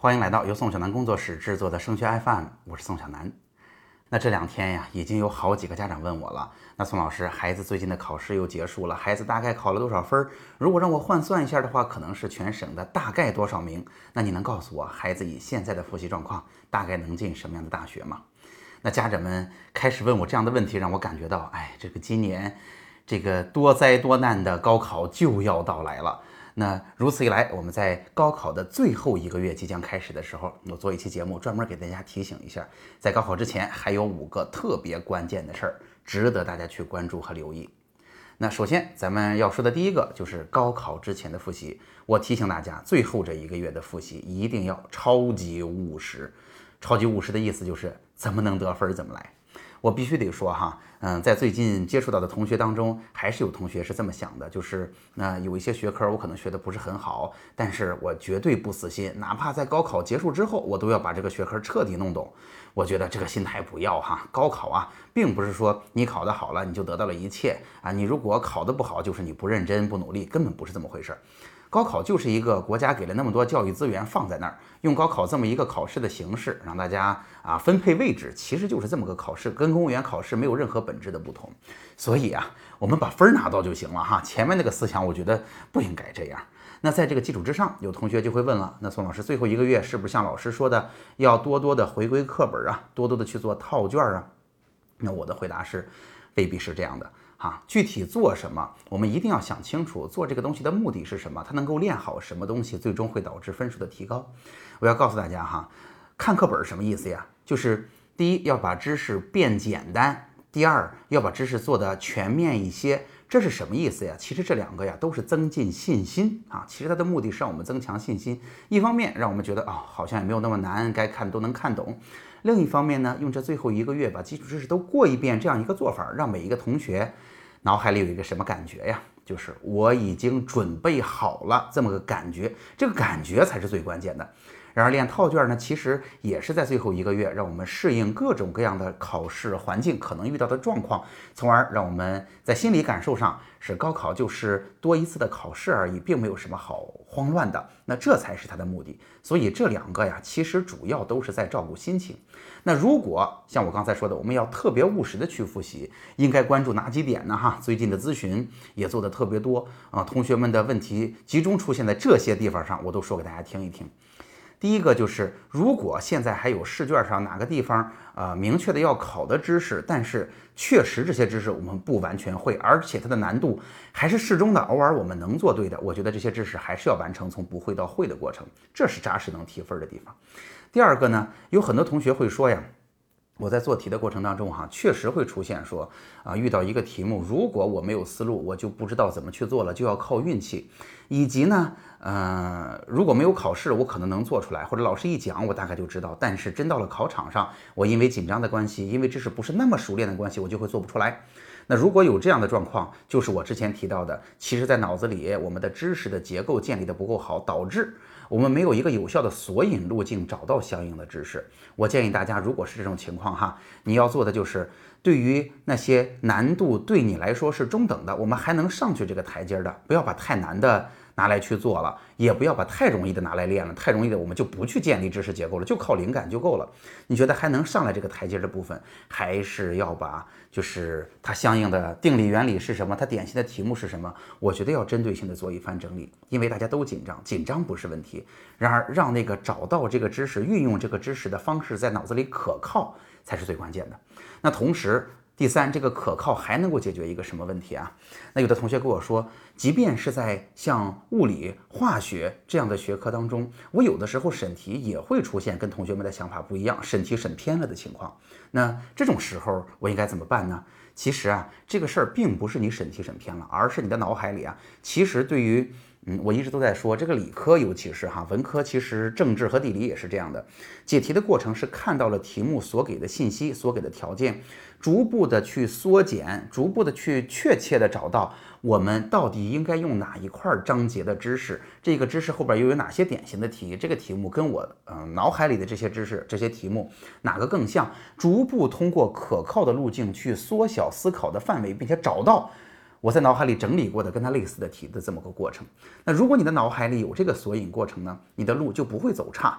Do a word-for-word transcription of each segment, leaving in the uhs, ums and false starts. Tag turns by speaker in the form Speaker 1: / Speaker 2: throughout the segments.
Speaker 1: 欢迎来到由宋小南工作室制作的升学 F M， 我是宋小南。那这两天呀，已经有好几个家长问我了，那宋老师，孩子最近的考试又结束了，孩子大概考了多少分？如果让我换算一下的话，可能是全省的大概多少名？那你能告诉我，孩子以现在的复习状况，大概能进什么样的大学吗？那家长们开始问我这样的问题，让我感觉到，哎，这个今年这个多灾多难的高考就要到来了。那如此一来，我们在高考的最后一个月即将开始的时候，我做一期节目，专门给大家提醒一下，在高考之前还有五个特别关键的事儿，值得大家去关注和留意。那首先咱们要说的第一个就是高考之前的复习，我提醒大家，最后这一个月的复习一定要超级务实。超级务实的意思就是怎么能得分怎么来。我必须得说哈，嗯，在最近接触到的同学当中，还是有同学是这么想的，就是那、呃、有一些学科我可能学的不是很好，但是我绝对不死心，哪怕在高考结束之后，我都要把这个学科彻底弄懂。我觉得这个心态不要哈，高考啊，并不是说你考得好了你就得到了一切啊，你如果考得不好，就是你不认真不努力，根本不是这么回事。高考就是一个国家给了那么多教育资源放在那儿，用高考这么一个考试的形式让大家啊分配位置，其实就是这么个考试，跟公务员考试没有任何本质的不同。所以啊，我们把分拿到就行了哈，前面那个思想我觉得不应该这样。那在这个基础之上，有同学就会问了，那宋老师最后一个月是不是像老师说的，要多多的回归课本啊，多多的去做套卷啊？那我的回答是，未必是这样的。啊，具体做什么，我们一定要想清楚，做这个东西的目的是什么，它能够练好什么东西，最终会导致分数的提高。我要告诉大家哈，看课本什么意思呀？就是第一要把知识变简单，第二要把知识做得全面一些。这是什么意思呀？其实这两个呀都是增进信心啊。其实它的目的是让我们增强信心，一方面让我们觉得哦，好像也没有那么难，该看都能看懂。另一方面呢，用这最后一个月把基础知识都过一遍，这样一个做法，让每一个同学脑海里有一个什么感觉呀？就是我已经准备好了这么个感觉，这个感觉才是最关键的。然而练套卷呢，其实也是在最后一个月让我们适应各种各样的考试环境可能遇到的状况，从而让我们在心理感受上是高考就是多一次的考试而已，并没有什么好慌乱的。那这才是它的目的。所以这两个呀，其实主要都是在照顾心情。那如果像我刚才说的，我们要特别务实的去复习，应该关注哪几点呢？哈，最近的咨询也做的特别多啊，同学们的问题集中出现在这些地方上，我都说给大家听一听。第一个就是，如果现在还有试卷上哪个地方呃明确的要考的知识，但是确实这些知识我们不完全会，而且它的难度还是适中的，偶尔我们能做对的，我觉得这些知识还是要完成从不会到会的过程，这是扎实能提分的地方。第二个呢，有很多同学会说呀，我在做题的过程当中哈，确实会出现说啊，遇到一个题目，如果我没有思路，我就不知道怎么去做了，就要靠运气。以及呢，呃，如果没有考试，我可能能做出来，或者老师一讲，我大概就知道。但是真到了考场上，我因为紧张的关系，因为知识不是那么熟练的关系，我就会做不出来。那如果有这样的状况，就是我之前提到的，其实在脑子里我们的知识的结构建立的不够好，导致我们没有一个有效的索引路径找到相应的知识。我建议大家，如果是这种情况哈，你要做的就是对于那些难度对你来说是中等的，我们还能上去这个台阶的，不要把太难的拿来去做了，也不要把太容易的拿来练了，太容易的我们就不去建立知识结构了，就靠灵感就够了。你觉得还能上来这个台阶的部分，还是要把就是它相应的定理原理是什么，它典型的题目是什么，我觉得要针对性的做一番整理，因为大家都紧张，紧张不是问题，然而让那个找到这个知识、运用这个知识的方式在脑子里可靠才是最关键的。那同时第三，这个可靠还能够解决一个什么问题啊？那有的同学跟我说，即便是在像物理、化学这样的学科当中，我有的时候审题也会出现跟同学们的想法不一样，审题审偏了的情况。那这种时候我应该怎么办呢？其实啊，这个事儿并不是你审题审偏了，而是你的脑海里啊，其实对于嗯，我一直都在说，这个理科尤其是哈，文科其实政治和地理也是这样的。解题的过程是看到了题目所给的信息、所给的条件，逐步的去缩减，逐步的去确切的找到我们到底应该用哪一块章节的知识，这个知识后边又有哪些典型的题，这个题目跟我呃脑海里的这些知识、这些题目哪个更像？逐步通过可靠的路径去缩小思考的范围，并且找到我在脑海里整理过的跟它类似的题的这么个过程。那如果你的脑海里有这个索引过程呢，你的路就不会走岔。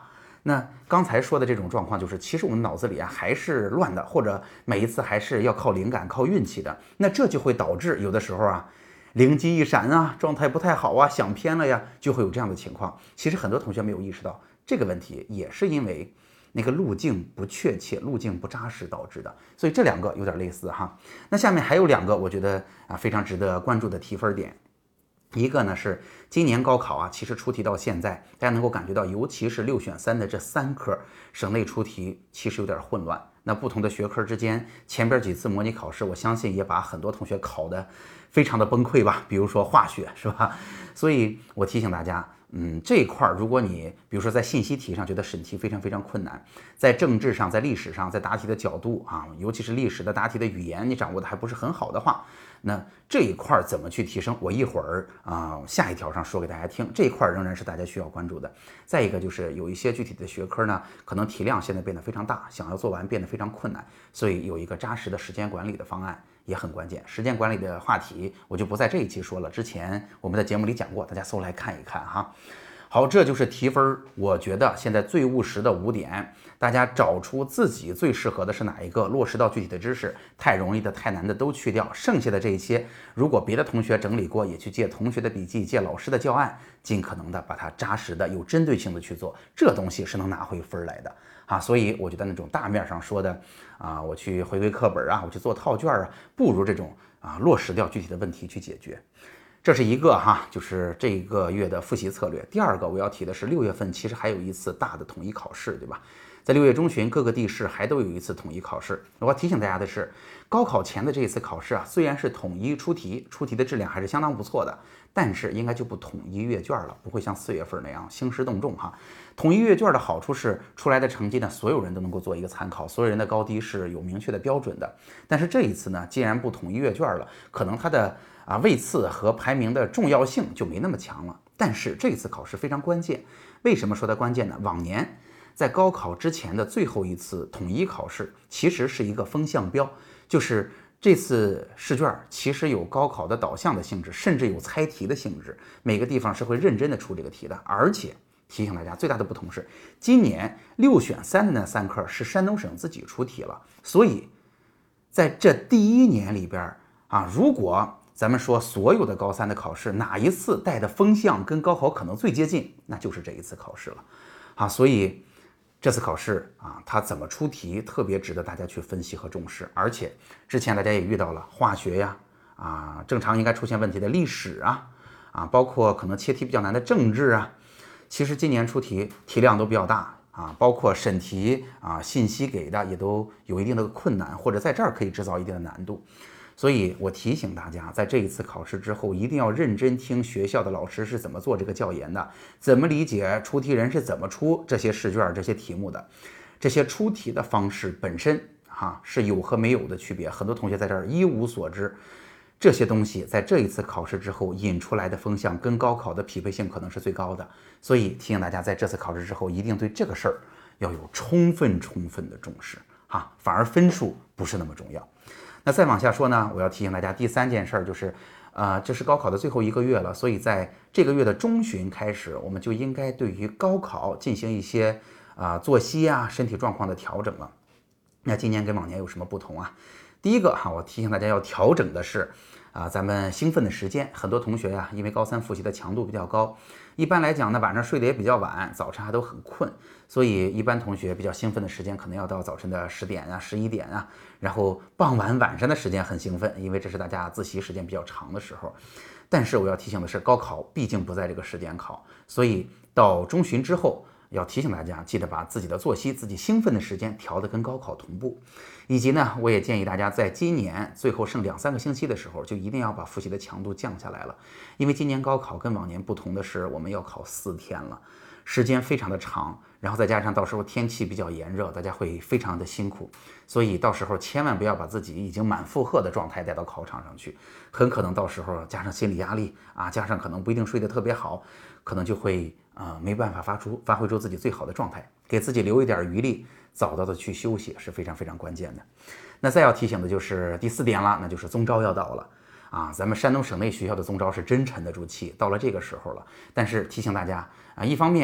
Speaker 1: 那刚才说的这种状况，就是其实我们脑子里啊还是乱的，或者每一次还是要靠灵感、靠运气的。那这就会导致有的时候啊，灵机一闪啊，状态不太好啊，想偏了呀，就会有这样的情况。其实很多同学没有意识到这个问题，也是因为那个路径不确切、路径不扎实导致的。所以这两个有点类似哈。那下面还有两个我觉得啊非常值得关注的提分点。一个呢是今年高考啊，其实出题到现在，大家能够感觉到，尤其是六选三的这三科省内出题其实有点混乱。那不同的学科之间，前边几次模拟考试，我相信也把很多同学考得非常的崩溃吧。比如说化学，是吧？所以我提醒大家，嗯，这一块如果你比如说在信息题上觉得审题非常非常困难，在政治上、在历史上、在答题的角度啊，尤其是历史的答题的语言你掌握的还不是很好的话，那这一块怎么去提升？我一会儿啊、呃、下一条上说给大家听，这一块仍然是大家需要关注的。再一个就是有一些具体的学科呢，可能题量现在变得非常大，想要做完变得非常困难，所以有一个扎实的时间管理的方案也很关键。时间管理的话题我就不在这一期说了，之前我们在节目里讲过，大家搜来看一看哈。好，这就是提分，我觉得现在最务实的五点，大家找出自己最适合的是哪一个，落实到具体的知识，太容易的、太难的都去掉，剩下的这一些，如果别的同学整理过，也去借同学的笔记、借老师的教案，尽可能的把它扎实的、有针对性的去做，这东西是能拿回分来的啊。所以我觉得那种大面上说的啊，我去回归课本啊，我去做套卷啊，不如这种啊落实掉具体的问题去解决。这是一个哈，就是这个月的复习策略。第二个我要提的是，六月份其实还有一次大的统一考试，对吧？在六月中旬，各个地市还都有一次统一考试。我要提醒大家的是，高考前的这一次考试啊，虽然是统一出题，出题的质量还是相当不错的，但是应该就不统一阅卷了，不会像四月份那样兴师动众哈。统一阅卷的好处是，出来的成绩呢，所有人都能够做一个参考，所有人的高低是有明确的标准的。但是这一次呢，既然不统一阅卷了，可能它的啊位次和排名的重要性就没那么强了。但是这次考试非常关键，为什么说它关键呢？往年在高考之前的最后一次统一考试，其实是一个风向标，就是这次试卷其实有高考的导向的性质，甚至有猜题的性质，每个地方是会认真的出这个题的。而且提醒大家，最大的不同是，今年六选三的那三科是山东省自己出题了，所以在这第一年里边啊，如果咱们说所有的高三的考试，哪一次带的风向跟高考可能最接近，那就是这一次考试了啊。所以这次考试啊，它怎么出题特别值得大家去分析和重视。而且之前大家也遇到了化学呀啊，正常应该出现问题的历史啊啊，包括可能切题比较难的政治啊，其实今年出题题量都比较大啊，包括审题啊，信息给的也都有一定的困难，或者在这儿可以制造一定的难度。所以我提醒大家，在这一次考试之后，一定要认真听学校的老师是怎么做这个教研的，怎么理解出题人是怎么出这些试卷、这些题目的。这些出题的方式本身哈是有和没有的区别，很多同学在这儿一无所知。这些东西在这一次考试之后引出来的风向，跟高考的匹配性可能是最高的。所以提醒大家，在这次考试之后，一定对这个事儿要有充分充分的重视哈，反而分数不是那么重要。那再往下说呢，我要提醒大家第三件事儿就是，呃，这是高考的最后一个月了，所以在这个月的中旬开始，我们就应该对于高考进行一些啊、呃、作息啊、身体状况的调整了。那今年跟往年有什么不同啊？第一个哈，我提醒大家要调整的是啊、呃，咱们兴奋的时间。很多同学呀、啊，因为高三复习的强度比较高，一般来讲呢，晚上睡得也比较晚，早晨还都很困，所以一般同学比较兴奋的时间可能要到早晨的十点啊、十一点啊，然后傍晚晚上的时间很兴奋，因为这是大家自习时间比较长的时候。但是我要提醒的是，高考毕竟不在这个时点考，所以到中旬之后，要提醒大家记得把自己的作息、自己兴奋的时间调得跟高考同步。以及呢，我也建议大家在今年最后剩两三个星期的时候，就一定要把复习的强度降下来了。因为今年高考跟往年不同的是，我们要考四天了，时间非常的长，然后再加上到时候天气比较炎热，大家会非常的辛苦，所以到时候千万不要把自己已经满负荷的状态带到考场上去，很可能到时候加上心理压力啊，加上可能不一定睡得特别好，可能就会呃没办法发出发挥出自己最好的状态，给自己留一点余力，早早的去休息是非常非常关键的。那再要提醒的就是第四点了，那就是综招要到了啊，咱们山东省内学校的综招是真沉得住气，到了这个时候了。但是提醒大家啊，一方面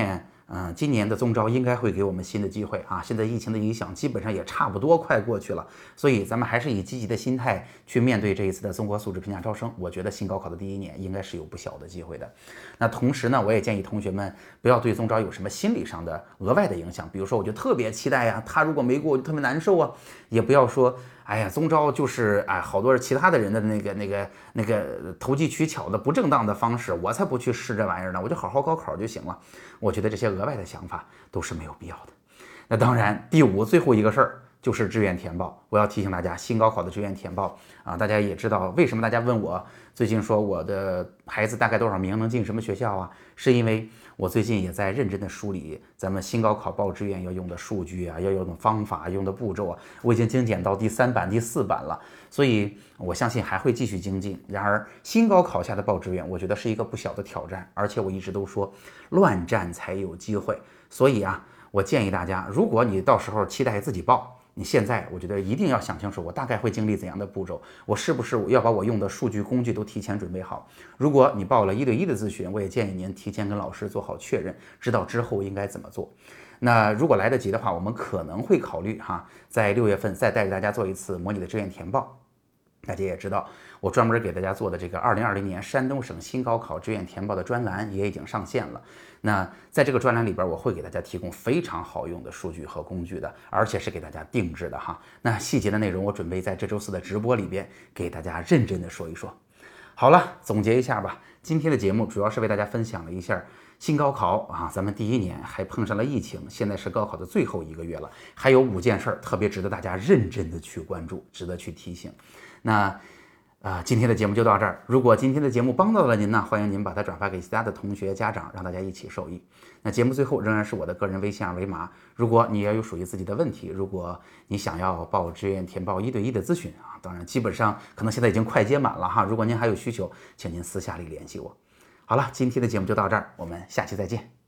Speaker 1: 嗯，今年的中招应该会给我们新的机会啊！现在疫情的影响基本上也差不多快过去了，所以咱们还是以积极的心态去面对这一次的综合素质评价招生。我觉得新高考的第一年应该是有不小的机会的。那同时呢，我也建议同学们不要对中招有什么心理上的额外的影响，比如说我就特别期待呀，他如果没过我就特别难受啊，也不要说哎呀，中招就是哎，好多其他的人的那个那个那个投机取巧的不正当的方式，我才不去试这玩意儿呢，我就好好高考就行了。我觉得这些额外的想法都是没有必要的。那当然，第五最后一个事儿就是志愿填报。我要提醒大家，新高考的志愿填报啊，大家也知道为什么大家问我最近说我的孩子大概多少名能进什么学校啊？是因为我最近也在认真的梳理咱们新高考报志愿要用的数据啊，要用的方法、用的步骤啊，我已经精简到第三版、第四版了，所以我相信还会继续精进。然而，新高考下的报志愿，我觉得是一个不小的挑战，而且我一直都说，乱战才有机会。所以啊，我建议大家，如果你到时候期待自己报，你现在我觉得一定要想清楚，我大概会经历怎样的步骤，我是不是要把我用的数据工具都提前准备好。如果你报了一对一的咨询，我也建议您提前跟老师做好确认，知道之后应该怎么做。那如果来得及的话，我们可能会考虑哈，在六月份再带着大家做一次模拟的志愿填报。大家也知道，我专门给大家做的这个二零二零年山东省新高考志愿填报的专栏也已经上线了。那在这个专栏里边，我会给大家提供非常好用的数据和工具的，而且是给大家定制的哈。那细节的内容，我准备在这周四的直播里边给大家认真的说一说。好了，总结一下吧，今天的节目主要是为大家分享了一下新高考啊，咱们第一年还碰上了疫情，现在是高考的最后一个月了，还有五件事儿特别值得大家认真的去关注，值得去提醒。那啊、呃，今天的节目就到这儿。如果今天的节目帮到了您呢，欢迎您把它转发给其他的同学、家长，让大家一起受益。那节目最后仍然是我的个人微信二维码，如果你也有属于自己的问题，如果你想要报志愿填报一对一的咨询啊，当然基本上可能现在已经快接满了哈。如果您还有需求，请您私下里联系我。好了，今天的节目就到这儿，我们下期再见。